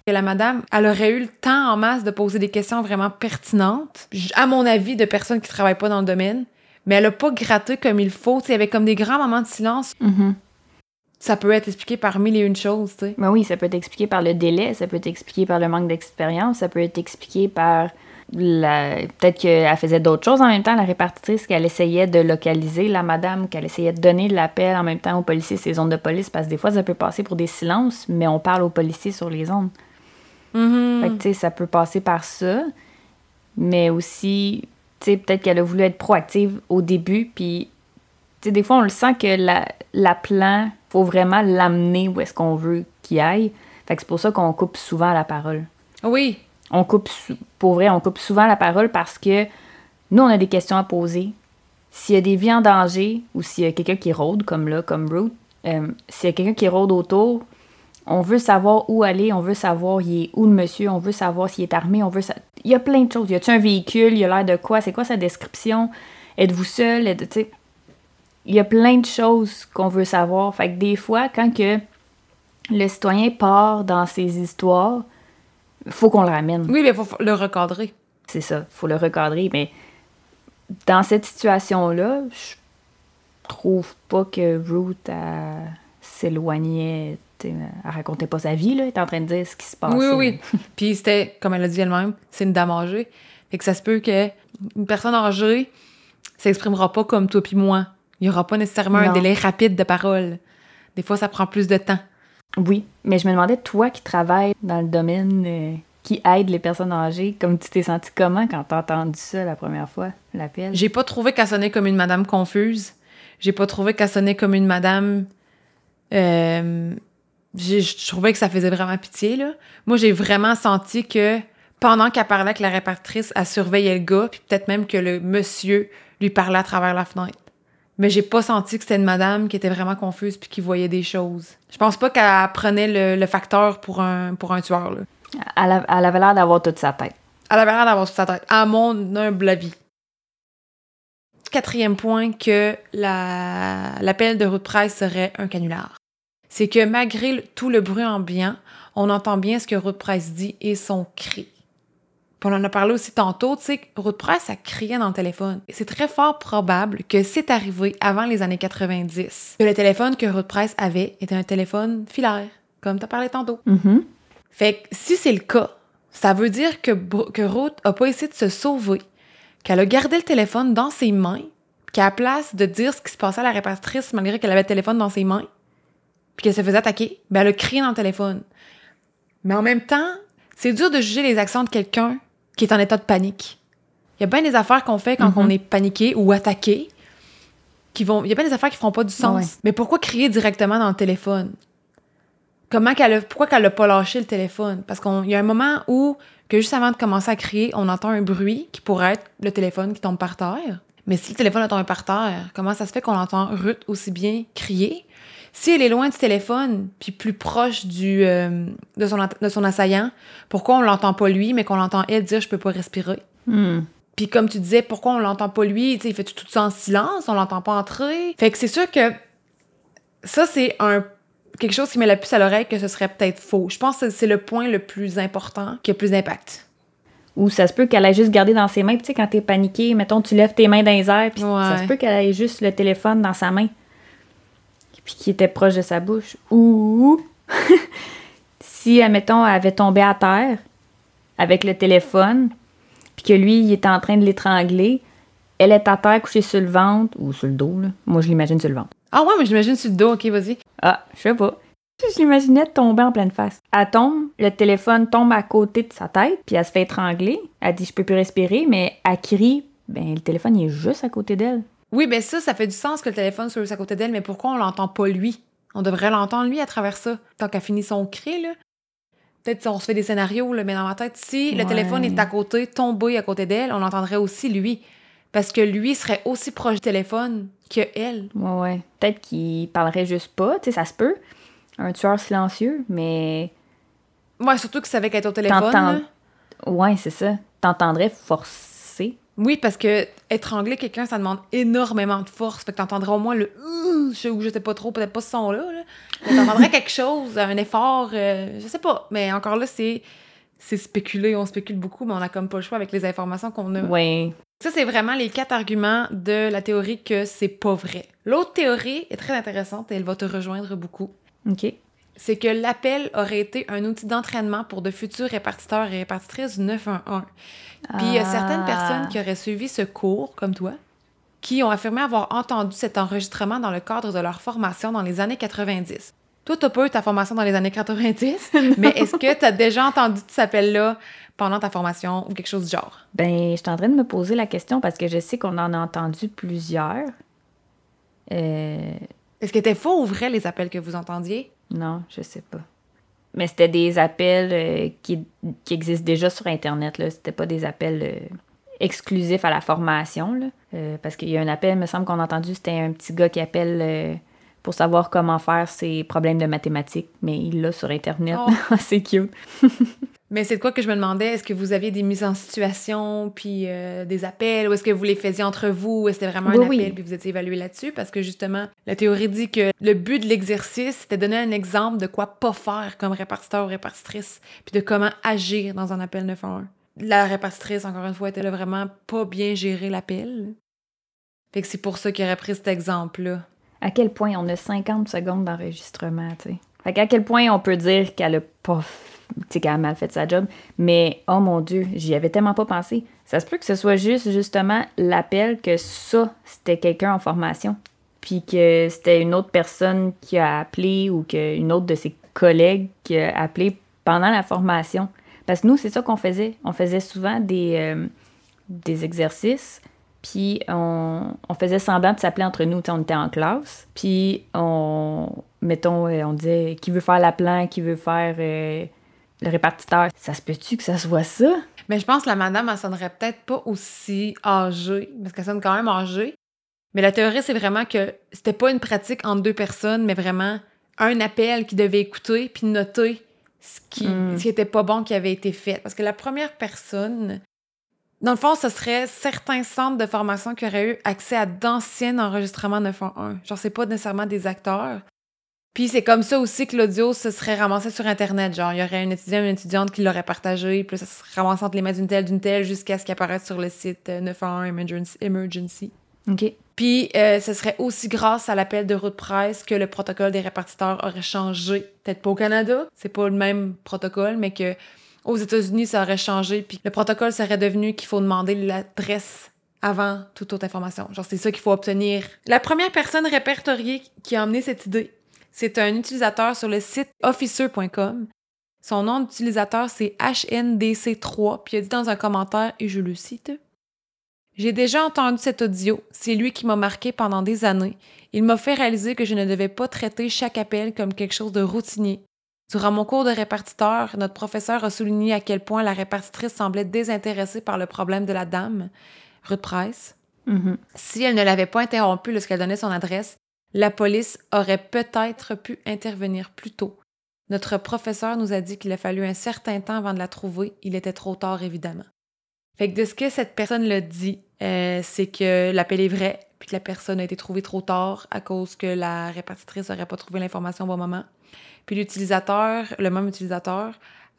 Que la madame, elle aurait eu le temps en masse de poser des questions vraiment pertinentes, à mon avis, de personnes qui travaillent pas dans le domaine, mais elle a pas gratté comme il faut. Il y avait comme des grands moments de silence. Mm-hmm. Ça peut être expliqué par mille et une choses, tu sais. Ben oui, ça peut être expliqué par le délai, ça peut être expliqué par le manque d'expérience, ça peut être expliqué par peut-être qu'elle faisait d'autres choses en même temps, la répartitrice, qu'elle essayait de localiser la madame, qu'elle essayait de donner de l'appel en même temps aux policiers, ces zones de police, parce que des fois, ça peut passer pour des silences, mais on parle aux policiers sur les ondes. Mm-hmm. Fait que, tu sais, ça peut passer par ça, mais aussi, tu sais, peut-être qu'elle a voulu être proactive au début, puis, tu sais, des fois, on le sent que l'appelant, faut vraiment l'amener où est-ce qu'on veut qu'il aille. Fait que c'est pour ça qu'on coupe souvent la parole. Oui. Pour vrai, on coupe souvent la parole parce que nous, on a des questions à poser. S'il y a des vies en danger ou s'il y a quelqu'un qui rôde, comme là, comme Ruth, s'il y a quelqu'un qui rôde autour, on veut savoir où aller, on veut savoir il est où le monsieur, on veut savoir s'il est armé, il y a plein de choses. Y a-t-il un véhicule? Il a l'air de quoi? C'est quoi sa description? Êtes-vous seul? Tu sais, il y a plein de choses qu'on veut savoir. Fait que des fois, quand que le citoyen part dans ses histoires, faut qu'on le ramène. Oui, mais il faut le recadrer. C'est ça, faut le recadrer. Mais dans cette situation-là, je trouve pas que Ruth s'éloignait. Elle racontait pas sa vie, là. Elle était en train de dire ce qui se passait. Oui. Puis c'était, comme elle a dit elle-même, c'est une dame âgée. Fait que ça se peut qu'une personne âgée s'exprimera pas comme toi puis moi. Il y aura pas nécessairement un délai rapide de parole. Des fois, ça prend plus de temps. Oui, mais je me demandais, toi qui travailles dans le domaine, qui aide les personnes âgées, comme tu t'es senti comment quand t'as entendu ça la première fois, l'appel? J'ai pas trouvé qu'elle sonnait comme une madame confuse. J'ai pas trouvé qu'elle sonnait comme une madame... Je trouvais que ça faisait vraiment pitié, là. Moi, j'ai vraiment senti que pendant qu'elle parlait avec la répartitrice, elle surveillait le gars, puis peut-être même que le monsieur lui parlait à travers la fenêtre. Mais j'ai pas senti que c'était une madame qui était vraiment confuse puis qui voyait des choses. Je pense pas qu'elle prenait le facteur pour un tueur, là. Elle avait l'air d'avoir toute sa tête. Elle avait l'air d'avoir toute sa tête, à mon humble avis. 4e point, que l'appel de Ruth Price serait un canular. C'est que malgré tout le bruit ambiant, on entend bien ce que Ruth Price dit et son cri. Puis on en a parlé aussi tantôt, tu sais, Ruth Price, elle criait dans le téléphone. C'est très fort probable que c'est arrivé avant les années 90. Que le téléphone que Ruth Price avait était un téléphone filaire, comme tu as parlé tantôt. Mm-hmm. Fait que si c'est le cas, ça veut dire que Ruth a pas essayé de se sauver, qu'elle a gardé le téléphone dans ses mains, qu'à la place de dire ce qui se passait à la répartitrice malgré qu'elle avait le téléphone dans ses mains, puis qu'elle se faisait attaquer, ben elle a crié dans le téléphone. Mais en même temps, c'est dur de juger les actions de quelqu'un qui est en état de panique. Il y a bien des affaires qu'on fait quand on est paniqué ou attaqué, il y a bien des affaires qui feront pas du sens. Ouais. Mais pourquoi crier directement dans le téléphone? Pourquoi qu'elle a pas lâché le téléphone? Parce qu'il y a un moment où, que juste avant de commencer à crier, on entend un bruit qui pourrait être le téléphone qui tombe par terre. Mais si le téléphone a tombé par terre, comment ça se fait qu'on entend Ruth aussi bien crier? Si elle est loin du téléphone, puis plus proche de son assaillant, pourquoi on l'entend pas lui, mais qu'on l'entend elle dire « je peux pas respirer Puis comme tu disais, pourquoi on l'entend pas lui? Il fait tout ça en silence, on l'entend pas entrer. Fait que c'est sûr que ça, c'est quelque chose qui met la puce à l'oreille que ce serait peut-être faux. Je pense que c'est le point le plus important qui a plus d'impact. Ou ça se peut qu'elle ait juste gardé dans ses mains. Puis tu sais, quand t'es paniqué, mettons, tu lèves tes mains dans les airs, puis ça se peut qu'elle ait juste le téléphone dans sa main. Puis qui était proche de sa bouche. Ou si, admettons, elle avait tombé à terre avec le téléphone, puis que lui, il était en train de l'étrangler, elle est à terre couchée sur le ventre, ou sur le dos, là. Moi, je l'imagine sur le ventre. Ah ouais, mais j'imagine sur le dos, ok, vas-y. Ah, je sais pas. Je l'imaginais tomber en pleine face. Elle tombe, le téléphone tombe à côté de sa tête, puis elle se fait étrangler. Elle dit « je peux plus respirer », mais elle crie, ben le téléphone, il est juste à côté d'elle. Oui, ben ça fait du sens que le téléphone soit juste à côté d'elle, mais pourquoi on l'entend pas lui? On devrait l'entendre lui à travers ça. Tant qu'elle finit son cri, là. Peut-être si on se fait des scénarios, là, mais dans ma tête, si le téléphone est à côté, tombé à côté d'elle, on l'entendrait aussi lui. Parce que lui serait aussi proche du téléphone que elle. Ouais. Peut-être qu'il parlerait juste pas, tu sais, ça se peut. Un tueur silencieux, mais... Ouais, surtout qu'il savait qu'elle était au téléphone. Ouais, c'est ça. T'entendrais forcer Oui, parce que étrangler quelqu'un, ça demande énormément de force. Fait que t'entendrais au moins le ou je sais pas trop, peut-être pas ce son-là. Là. Mais t'entendrais quelque chose, un effort, je sais pas. Mais encore là, c'est spéculé, on spécule beaucoup, mais on a comme pas le choix avec les informations qu'on a. Oui. Ça, c'est vraiment les 4 arguments de la théorie que c'est pas vrai. L'autre théorie est très intéressante et elle va te rejoindre beaucoup. OK. C'est que l'appel aurait été un outil d'entraînement pour de futurs répartiteurs et répartitrices du 911. Puis il y a certaines personnes qui auraient suivi ce cours, comme toi, qui ont affirmé avoir entendu cet enregistrement dans le cadre de leur formation dans les années 90. Toi, t'as pas eu ta formation dans les années 90, mais est-ce que t'as déjà entendu cet appel-là pendant ta formation ou quelque chose du genre? Ben, je suis en train de me poser la question parce que je sais qu'on en a entendu plusieurs. Est-ce que c'était faux ou vrai les appels que vous entendiez? Non, je sais pas. Mais c'était des appels qui existent déjà sur Internet, là. C'était pas des appels exclusifs à la formation, là. Parce qu'il y a un appel, il me semble qu'on a entendu, c'était un petit gars qui appelle pour savoir comment faire ses problèmes de mathématiques, mais il l'a sur Internet. Oh. C'est cute. Mais c'est de quoi que je me demandais, est-ce que vous aviez des mises en situation, puis des appels, ou est-ce que vous les faisiez entre vous, ou est-ce que c'était vraiment un appel, puis vous étiez évalué là-dessus? Parce que justement, la théorie dit que le but de l'exercice, c'était de donner un exemple de quoi pas faire comme répartiteur ou répartitrice, puis de comment agir dans un appel 911. La répartitrice, encore une fois, était là vraiment pas bien gérer l'appel. Fait que c'est pour ça qu'il aurait pris cet exemple-là. À quel point on a 50 secondes d'enregistrement, tu sais. Fait qu'à quel point on peut dire qu'elle a pas... Tu sais, qu'elle a mal fait sa job, mais oh mon Dieu, j'y avais tellement pas pensé. Ça se peut que ce soit justement l'appel que ça, c'était quelqu'un en formation, puis que c'était une autre personne qui a appelé ou qu'une autre de ses collègues qui a appelé pendant la formation. Parce que nous, c'est ça qu'on faisait. On faisait souvent des exercices, puis on faisait semblant de s'appeler entre nous. Tu sais, on était en classe, puis on disait qui veut faire l'appelant, qui veut faire... le répartiteur, ça se peut-tu que ça soit ça? Mais je pense que la madame, elle sonnerait peut-être pas aussi âgée, parce qu'elle sonne quand même âgée. Mais la théorie, c'est vraiment que c'était pas une pratique entre 2 personnes, mais vraiment un appel qui devait écouter puis noter ce qui était pas bon qui avait été fait. Parce que la première personne, dans le fond, ce serait certains centres de formation qui auraient eu accès à d'anciens enregistrements 911. Genre, c'est pas nécessairement des acteurs. Puis c'est comme ça aussi que l'audio se serait ramassé sur Internet. Genre, il y aurait un étudiant ou une étudiante qui l'aurait partagé, puis là, ça se serait ramassé entre les mains d'une telle, jusqu'à ce qu'il apparaisse sur le site 911 Emergency. OK. Puis ce serait aussi grâce à l'appel de route presse que le protocole des répartiteurs aurait changé. Peut-être pas au Canada, c'est pas le même protocole, mais que aux États-Unis, ça aurait changé, puis le protocole serait devenu qu'il faut demander l'adresse avant toute autre information. Genre, c'est ça qu'il faut obtenir. La première personne répertoriée qui a emmené cette idée, c'est un utilisateur sur le site officer.com. Son nom d'utilisateur, c'est HNDC3, puis il a dit dans un commentaire, et je le cite, « J'ai déjà entendu cet audio. C'est lui qui m'a marqué pendant des années. Il m'a fait réaliser que je ne devais pas traiter chaque appel comme quelque chose de routinier. Durant mon cours de répartiteur, notre professeur a souligné à quel point la répartitrice semblait désintéressée par le problème de la dame, Ruth Price. Si elle ne l'avait pas interrompu lorsqu'elle donnait son adresse, la police aurait peut-être pu intervenir plus tôt. Notre professeur nous a dit qu'il a fallu un certain temps avant de la trouver. Il était trop tard, évidemment. » Fait que de ce que cette personne l'a dit, c'est que l'appel est vrai, puis que la personne a été trouvée trop tard à cause que la répartitrice n'aurait pas trouvé l'information au bon moment. Puis l'utilisateur, le même utilisateur,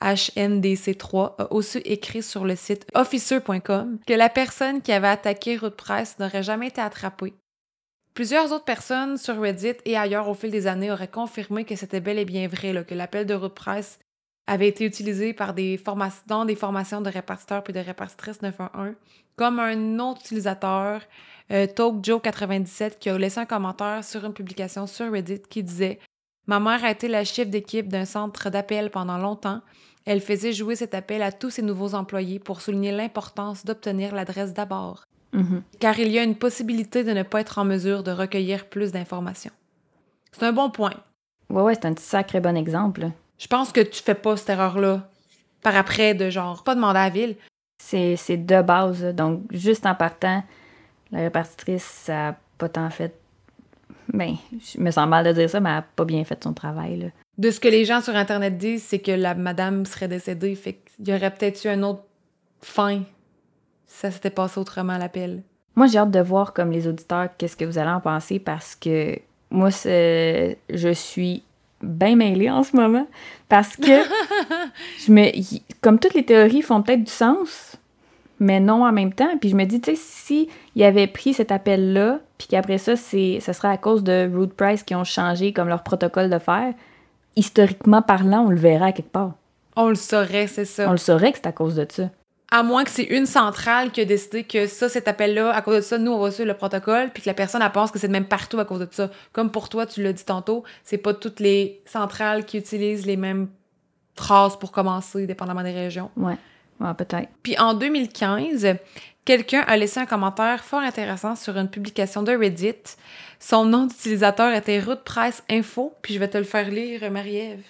HNDC3, a aussi écrit sur le site officer.com que la personne qui avait attaqué Ruth Price n'aurait jamais été attrapée. Plusieurs autres personnes sur Reddit et ailleurs au fil des années auraient confirmé que c'était bel et bien vrai, là, que l'appel de Ruth Price avait été utilisé par dans des formations de répartiteurs puis de répartitrices 911, comme un autre utilisateur, TalkJoe97, qui a laissé un commentaire sur une publication sur Reddit qui disait « Ma mère a été la chef d'équipe d'un centre d'appel pendant longtemps. Elle faisait jouer cet appel à tous ses nouveaux employés pour souligner l'importance d'obtenir l'adresse d'abord. Car il y a une possibilité de ne pas être en mesure de recueillir plus d'informations. » C'est un bon point. Ouais, c'est un sacré bon exemple. Je pense que tu fais pas cette erreur-là par après de genre, pas demander à la ville. C'est de base. Donc, juste en partant, la répartitrice, ça a pas tant fait... Ben, je me sens mal de dire ça, mais elle a pas bien fait son travail, là. De ce que les gens sur Internet disent, c'est que la madame serait décédée, fait qu'il y aurait peut-être eu une autre fin ça s'était passé autrement, l'appel. Moi, j'ai hâte de voir, comme les auditeurs, qu'est-ce que vous allez en penser, parce que moi, je suis bien mêlée en ce moment, parce que comme toutes les théories font peut-être du sens, mais non en même temps. Puis je me dis, tu sais, si il avait pris cet appel-là, puis qu'après ça, ça serait à cause de Ruth Price qui ont changé comme leur protocole de faire, historiquement parlant, on le verrait à quelque part. On le saurait, c'est ça. On le saurait que c'est à cause de ça. À moins que c'est une centrale qui a décidé que ça, cet appel-là, à cause de ça, nous, on va suivre le protocole, puis que la personne, elle pense que c'est de même partout à cause de ça. Comme pour toi, tu l'as dit tantôt, c'est pas toutes les centrales qui utilisent les mêmes phrases pour commencer, dépendamment des régions. Ouais, peut-être. Puis en 2015, quelqu'un a laissé un commentaire fort intéressant sur une publication de Reddit. Son nom d'utilisateur était Ruth Price Info, puis je vais te le faire lire, Marie-Ève.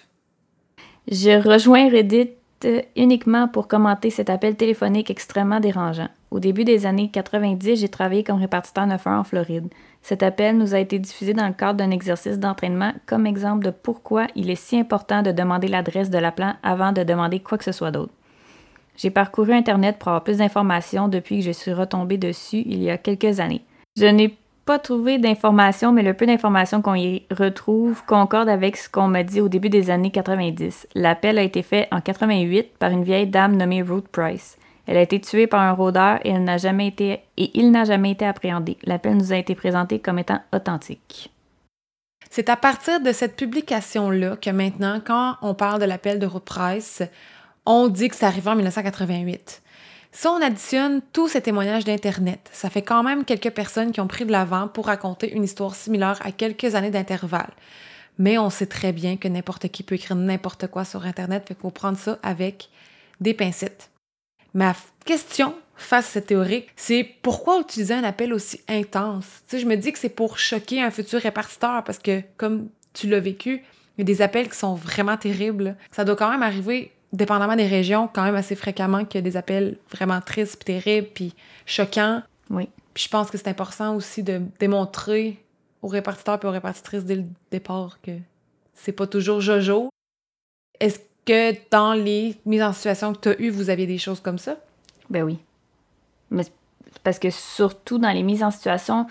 Je rejoins Reddit uniquement pour commenter cet appel téléphonique extrêmement dérangeant. Au début des années 90, j'ai travaillé comme répartiteur 911 en Floride. Cet appel nous a été diffusé dans le cadre d'un exercice d'entraînement comme exemple de pourquoi il est si important de demander l'adresse de l'appelant avant de demander quoi que ce soit d'autre. J'ai parcouru Internet pour avoir plus d'informations depuis que je suis retombée dessus il y a quelques années. Je n'ai pas trouvé d'informations, mais le peu d'informations qu'on y retrouve concorde avec ce qu'on m'a dit au début des années 90. L'appel a été fait en 88 par une vieille dame nommée Ruth Price. Elle a été tuée par un rôdeur et il n'a jamais été appréhendé. L'appel nous a été présenté comme étant authentique. C'est à partir de cette publication-là que maintenant, quand on parle de l'appel de Ruth Price, on dit que c'est arrivé en 1988. Si on additionne tous ces témoignages d'Internet, ça fait quand même quelques personnes qui ont pris de l'avant pour raconter une histoire similaire à quelques années d'intervalle. Mais on sait très bien que n'importe qui peut écrire n'importe quoi sur Internet, fait qu'il faut prendre ça avec des pincettes. Ma question face à cette théorie, c'est pourquoi utiliser un appel aussi intense? Tu sais, je me dis que c'est pour choquer un futur répartiteur parce que, comme tu l'as vécu, il y a des appels qui sont vraiment terribles. Ça doit quand même arriver, dépendamment des régions, quand même assez fréquemment qu'il y a des appels vraiment tristes, puis terribles, puis choquants. Oui. Puis je pense que c'est important aussi de démontrer aux répartiteurs et aux répartitrices dès le départ que c'est pas toujours jojo. Est-ce que dans les mises en situation que tu as eues, vous aviez des choses comme ça? Ben oui. Mais c'est parce que surtout dans les mises en situation,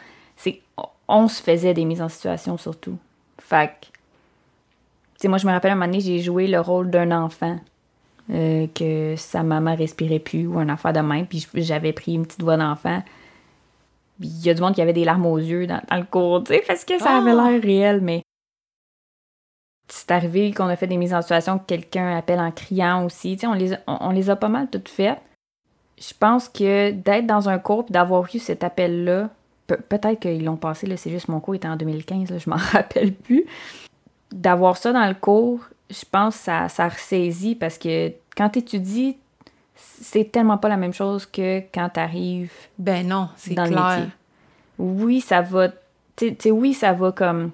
on se faisait des mises en situation surtout. Fait que, tu sais, moi je me rappelle un moment donné, j'ai joué le rôle d'un enfant. Que sa maman respirait plus ou un affaire de même, puis j'avais pris une petite voix d'enfant. Puis il y a du monde qui avait des larmes aux yeux dans le cours, tu sais, parce que ça avait l'air réel, mais c'est arrivé qu'on a fait des mises en situation que quelqu'un appelle en criant aussi, tu sais, on les a pas mal toutes faites. Je pense que d'être dans un cours puis d'avoir eu cet appel-là, peut-être qu'ils l'ont passé, là, c'est juste mon cours était en 2015, là, je m'en rappelle plus. D'avoir ça dans le cours, je pense que ça ressaisit parce que quand t'étudies, c'est tellement pas la même chose que quand t'arrives Ben non, c'est dans clair. le métier. Oui, ça va... oui, ça va comme...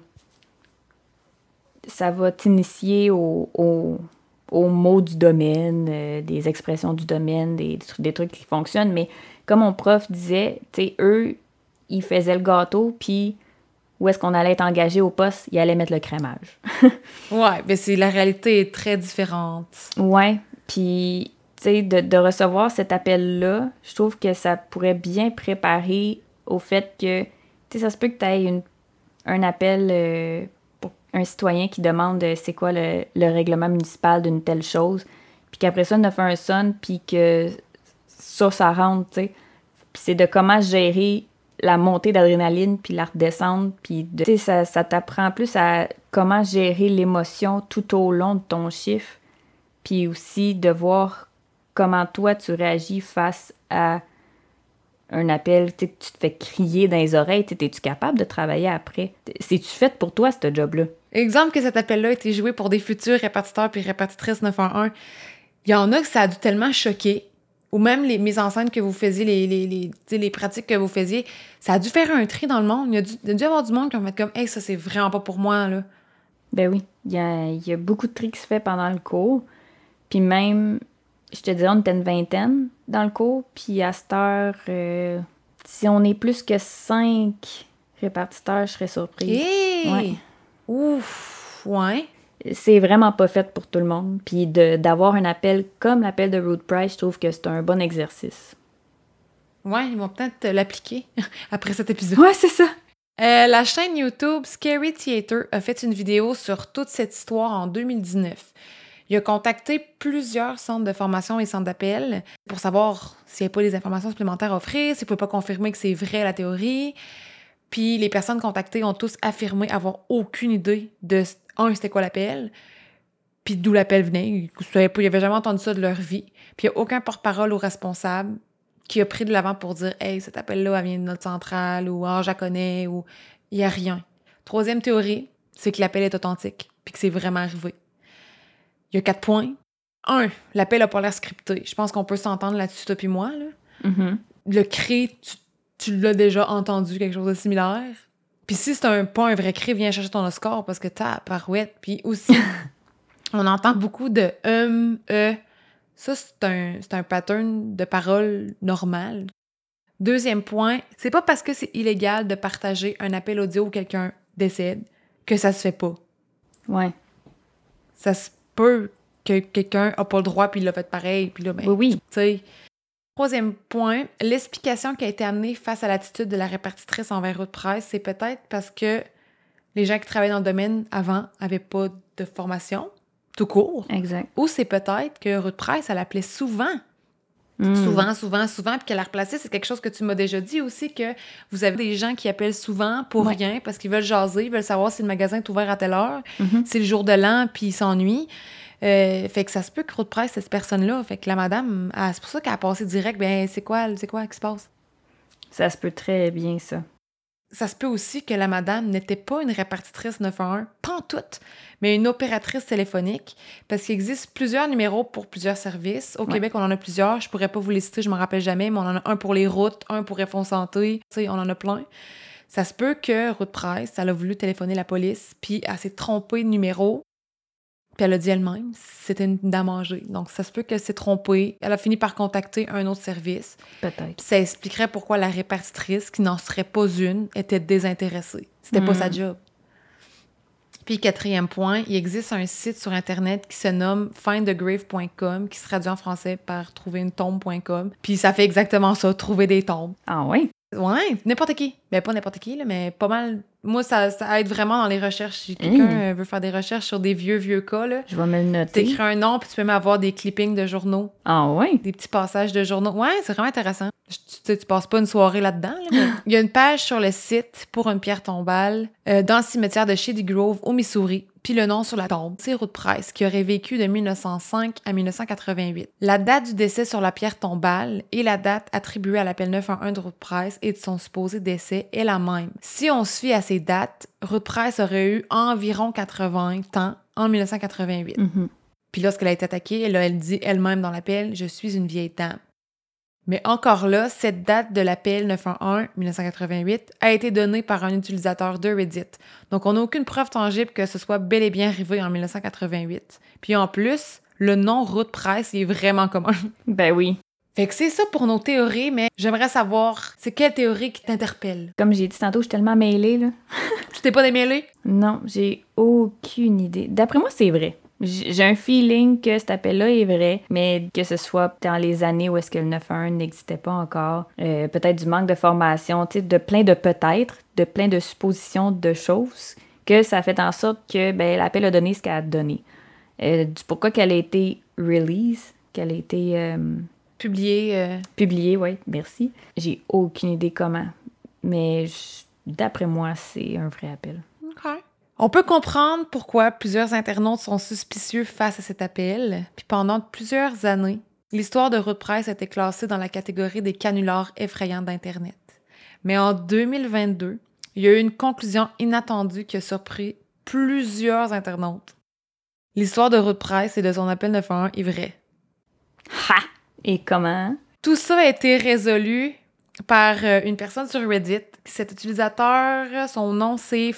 Ça va t'initier aux mots du domaine, des expressions du domaine, des trucs qui fonctionnent, mais comme mon prof disait, tu sais, eux, ils faisaient le gâteau, puis... où est-ce qu'on allait être engagé au poste, il allait mettre le crémage. Ouais, mais la réalité est très différente. Ouais, puis, tu sais, de recevoir cet appel-là, je trouve que ça pourrait bien préparer au fait que, tu sais, ça se peut que tu aies un appel pour un citoyen qui demande c'est quoi le règlement municipal d'une telle chose, puis qu'après ça, on a fait un sonne, puis que ça rentre, tu sais. Puis c'est de comment gérer la montée d'adrénaline, puis la redescendre, puis ça t'apprend plus à comment gérer l'émotion tout au long de ton chiffre, puis aussi de voir comment toi tu réagis face à un appel, tu te fais crier dans les oreilles, es-tu capable de travailler après? C'est-tu fait pour toi, ce job-là? Exemple que cet appel-là a été joué pour des futurs répartiteurs puis répartitrices 911, il y en a que ça a dû tellement choquer, ou même les mises en scène que vous faisiez, les pratiques que vous faisiez, ça a dû faire un tri dans le monde. Il y a dû avoir du monde qui ont fait comme « Hey, ça, c'est vraiment pas pour moi, là. » Ben oui, il y a beaucoup de tri qui se fait pendant le cours. Puis même, je te dirais, on était une vingtaine dans le cours. Puis à cette heure, si on est plus que 5 répartiteurs, je serais surprise. Hey! Ouais. Ouf! Ouais. C'est vraiment pas fait pour tout le monde. Puis d'avoir un appel comme l'appel de Ruth Price, je trouve que c'est un bon exercice. Ouais, ils vont peut-être l'appliquer après cet épisode. Ouais, c'est ça. La chaîne YouTube Scary Theater a fait une vidéo sur toute cette histoire en 2019. Il a contacté plusieurs centres de formation et centres d'appel pour savoir s'il n'y avait pas des informations supplémentaires à offrir, s'il ne pouvait pas confirmer que c'est vrai la théorie. Puis les personnes contactées ont tous affirmé avoir aucune idée de, c'était quoi l'appel, puis d'où l'appel venait. Ils n'avaient jamais entendu ça de leur vie. Puis il n'y a aucun porte-parole ou responsable qui a pris de l'avant pour dire « Hey, cet appel-là, elle vient de notre centrale » ou « Ah, je la connais » ou il n'y a rien. Troisième théorie, c'est que l'appel est authentique puis que c'est vraiment arrivé. Il y a 4 points. 1, l'appel n'a pas l'air scripté. Je pense qu'on peut s'entendre là-dessus, toi puis moi. Là. Mm-hmm. Le cri, tu l'as déjà entendu, quelque chose de similaire. Puis si c'est pas un vrai cri, viens chercher ton Oscar parce que t'as parouette. Puis aussi, on entend beaucoup de Ça, c'est un pattern de parole normal. Deuxième point, c'est pas parce que c'est illégal de partager un appel audio où quelqu'un décède que ça se fait pas. Ouais. Ça se peut que quelqu'un a pas le droit puis il l'a fait pareil. Puis là, ben, Oui. tu sais. Troisième point, l'explication qui a été amenée face à l'attitude de la répartitrice envers Ruth Price, c'est peut-être parce que les gens qui travaillaient dans le domaine avant n'avaient pas de formation, tout court. Exact. Ou c'est peut-être que Ruth Price, elle appelait souvent. Souvent, puis qu'elle a replacé. C'est quelque chose que tu m'as déjà dit aussi, que vous avez des gens qui appellent souvent pour rien, parce qu'ils veulent jaser, ils veulent savoir si le magasin est ouvert à telle heure, c'est le jour de l'an, puis ils s'ennuient. Fait que ça se peut que Ruth Price, cette personne-là, fait que la madame, c'est pour ça qu'elle a passé direct, ben c'est quoi qui se passe? Ça se peut très bien, ça. Ça se peut aussi que la madame n'était pas une répartitrice 911, pantoute, mais une opératrice téléphonique, parce qu'il existe plusieurs numéros pour plusieurs services. Au Québec, on en a plusieurs. Je pourrais pas vous les citer, je m'en rappelle jamais, mais on en a un pour les routes, un pour Réfonds Santé. Tu sais, on en a plein. Ça se peut que Ruth Price, elle a voulu téléphoner la police, puis elle s'est trompée de numéro, puis elle a dit elle-même, c'était une dame âgée. Donc, ça se peut qu'elle s'est trompée. Elle a fini par contacter un autre service. Peut-être. Puis ça expliquerait pourquoi la répartitrice, qui n'en serait pas une, était désintéressée. C'était pas sa job. Puis, quatrième point, il existe un site sur Internet qui se nomme findagrave.com, qui se traduit en français par trouverune-tombe.com. Puis ça fait exactement ça, trouver des tombes. Ah oui? Ouais, n'importe qui. Ben, pas n'importe qui, là, mais pas mal. Moi, ça aide vraiment dans les recherches. Si quelqu'un veut faire des recherches sur des vieux cas, là, je vais me le noter. t'écris un nom, puis tu peux même avoir des clippings de journaux. Ah oui? Des petits passages de journaux. Ouais, c'est vraiment intéressant. Tu passes pas une soirée là-dedans. Là, mais... Il y a une page sur le site pour une pierre tombale dans le cimetière de Shady Grove, au Missouri. Puis le nom sur la tombe, c'est Ruth Price, qui aurait vécu de 1905 à 1988. La date du décès sur la pierre tombale et la date attribuée à l'appel 911 de Ruth Price et de son supposé décès est la même. Si on se fie à ces dates, Ruth Price aurait eu environ 80 ans en 1988. Puis lorsqu'elle a été attaquée, elle dit elle-même dans l'appel « Je suis une vieille dame ». Mais encore là, cette date de l'appel 911, 1988, a été donnée par un utilisateur de Reddit. Donc, on n'a aucune preuve tangible que ce soit bel et bien arrivé en 1988. Puis en plus, le nom Ruth Price est vraiment commun. Ben oui. Fait que c'est ça pour nos théories, mais j'aimerais savoir, c'est quelle théorie qui t'interpelle? Comme j'ai dit tantôt, je suis tellement mêlée, là. Tu t'es pas démêlée? Non, j'ai aucune idée. D'après moi, c'est vrai. J'ai un feeling que cet appel-là est vrai, mais que ce soit dans les années où est-ce que le 911 n'existait pas encore, peut-être du manque de formation, tu sais, de plein de peut-être, de plein de suppositions de choses, que ça fait en sorte que ben, l'appel a donné ce qu'elle a donné. Pourquoi qu'elle a été release, qu'elle a été... Publiée, oui, merci. J'ai aucune idée comment, mais d'après moi, c'est un vrai appel. OK. On peut comprendre pourquoi plusieurs internautes sont suspicieux face à cet appel. Puis pendant plusieurs années, l'histoire de Ruth Price a été classée dans la catégorie des canulars effrayants d'Internet. Mais en 2022, il y a eu une conclusion inattendue qui a surpris plusieurs internautes. L'histoire de Ruth Price et de son appel 911 est vraie. Ha! Et comment? Tout ça a été résolu par une personne sur Reddit. Cet utilisateur, son nom, c'est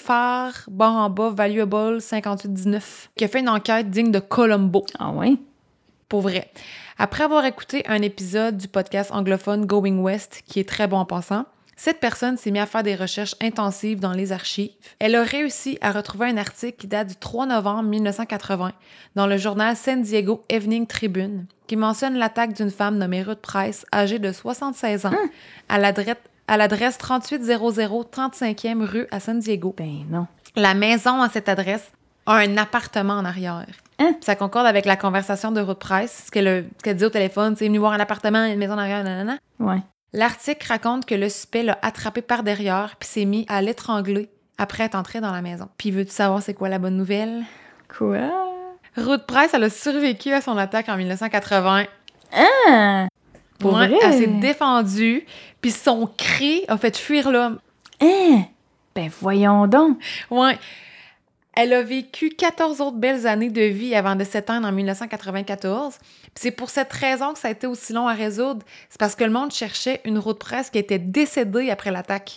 Valuable5819, qui a fait une enquête digne de Columbo. Ah oui? Pour vrai. Après avoir écouté un épisode du podcast anglophone Going West, qui est très bon en passant, Cette personne s'est mise à faire des recherches intensives dans les archives. Elle a réussi à retrouver un article qui date du 3 novembre 1980 dans le journal San Diego Evening Tribune qui mentionne l'attaque d'une femme nommée Ruth Price, âgée de 76 ans, à l'adresse 3800 35e rue à San Diego. Ben non. La maison à cette adresse a un appartement en arrière. Ça concorde avec la conversation de Ruth Price, ce qu'elle dit au téléphone, c'est venu voir un appartement, une maison en arrière, nanana. Ouais. L'article raconte que le suspect l'a attrapé par derrière puis s'est mis à l'étrangler après être entré dans la maison. Puis veux-tu savoir c'est quoi la bonne nouvelle? Quoi? Ruth Price, elle a survécu à son attaque en 1980. Pour vrai? Elle s'est défendue, puis son cri a fait fuir l'homme. Ben voyons donc. Ouais. Elle a vécu 14 autres belles années de vie avant de s'éteindre en 1994. Puis c'est pour cette raison que ça a été aussi long à résoudre. C'est parce que le monde cherchait une Ruth Price qui était décédée après l'attaque.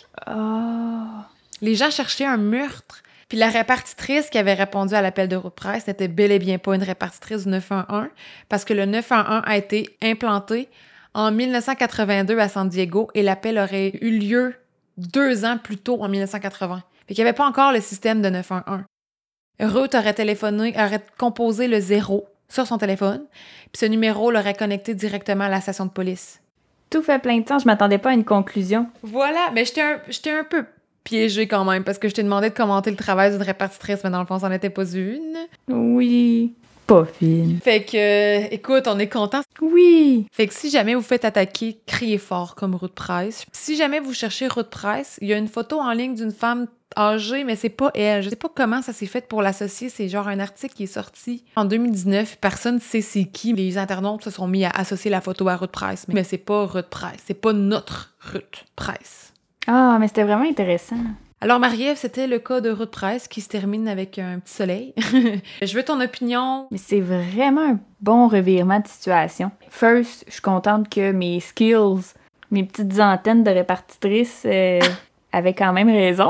Les gens cherchaient un meurtre. Puis la répartitrice qui avait répondu à l'appel de Ruth Price n'était bel et bien pas une répartitrice du 911 parce que le 911 a été implanté en 1982 à San Diego et l'appel aurait eu lieu 2 ans plus tôt en 1980. Fait qu'il n'y avait pas encore le système de 911. Ruth aurait composé le 0 sur son téléphone, puis ce numéro l'aurait connecté directement à la station de police. Tout fait plein de temps, je m'attendais pas à une conclusion. Voilà, mais j'étais un peu piégée quand même, parce que je t'ai demandé de commenter le travail d'une répartitrice, mais dans le fond, c'en était pas une. Oui, pas fine. Fait que, écoute, on est contents. Oui. Fait que si jamais vous faites attaquer, criez fort comme Ruth Price. Si jamais vous cherchez Ruth Price, il y a une photo en ligne d'une femme âgée, mais c'est pas elle. Je sais pas comment ça s'est fait pour l'associer. C'est genre un article qui est sorti en 2019. Personne ne sait c'est qui. Les internautes se sont mis à associer la photo à Ruth Price. Mais c'est pas Ruth Price. C'est pas notre Ruth Price. Ah, mais c'était vraiment intéressant. Alors, Marie-Ève, c'était le cas de Ruth Price qui se termine avec un petit soleil. Je veux ton opinion. Mais c'est vraiment un bon revirement de situation. First, je suis contente que mes skills, mes petites antennes de répartitrice avaient quand même raison.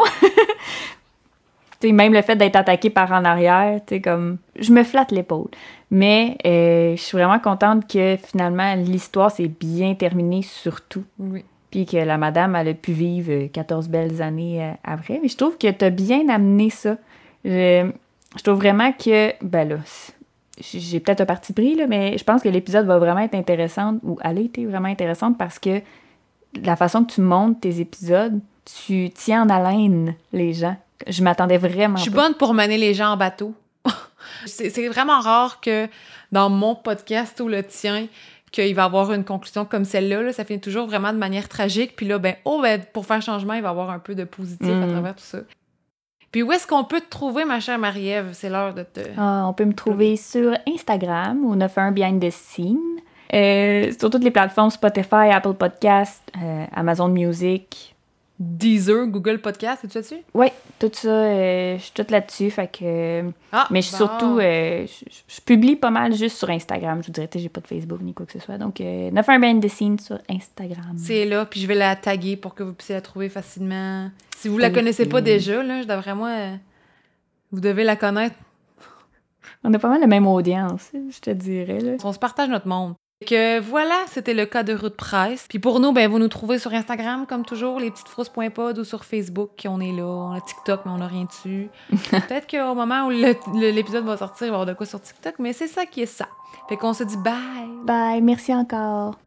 T'sais, même le fait d'être attaquée par en arrière, comme je me flatte l'épaule. Mais je suis vraiment contente que finalement l'histoire s'est bien terminée surtout. Oui. Puis que la madame, elle a pu vivre 14 belles années après. Mais je trouve que t'as bien amené ça. Je trouve vraiment que, ben là, j'ai peut-être un parti pris, là, mais je pense que l'épisode va vraiment être intéressant, ou elle a été vraiment intéressante parce que la façon que tu montes tes épisodes, tu tiens en haleine les gens. Je m'attendais vraiment Je suis pas. bonne pour mener les gens en bateau. C'est vraiment rare que dans mon podcast ou le tien, qu'il va y avoir une conclusion comme celle-là. Là, ça finit toujours vraiment de manière tragique. Puis là, pour faire changement, il va y avoir un peu de positif à travers tout ça. Puis où est-ce qu'on peut te trouver, ma chère Marie-Ève? C'est l'heure de te... On peut me trouver sur Instagram, au 91 Behind the Scene. Sur toutes les plateformes Spotify, Apple Podcasts, Amazon Music. Deezer, Google Podcast, es-tu là-dessus? Oui, tout ça, je suis toute là-dessus, fait que... mais je suis surtout, je publie pas mal juste sur Instagram, je vous dirais, j'ai pas de Facebook ni quoi que ce soit, donc 91 Behind the Scene sur Instagram. C'est là, puis je vais la taguer pour que vous puissiez la trouver facilement. Si vous la connaissez pas déjà, là, d'après moi, vous devez la connaître. On a pas mal la même audience, je te dirais, là. On se partage notre monde. Que voilà, c'était le cas de Ruth Price. Puis pour nous, vous nous trouvez sur Instagram, comme toujours, lespetitesfrousses.pod ou sur Facebook, on est là. On a TikTok, mais on n'a rien dessus. Peut-être qu'au moment où l'épisode va sortir, il va y avoir de quoi sur TikTok, mais c'est ça qui est ça. Fait qu'on se dit bye! Bye, merci encore!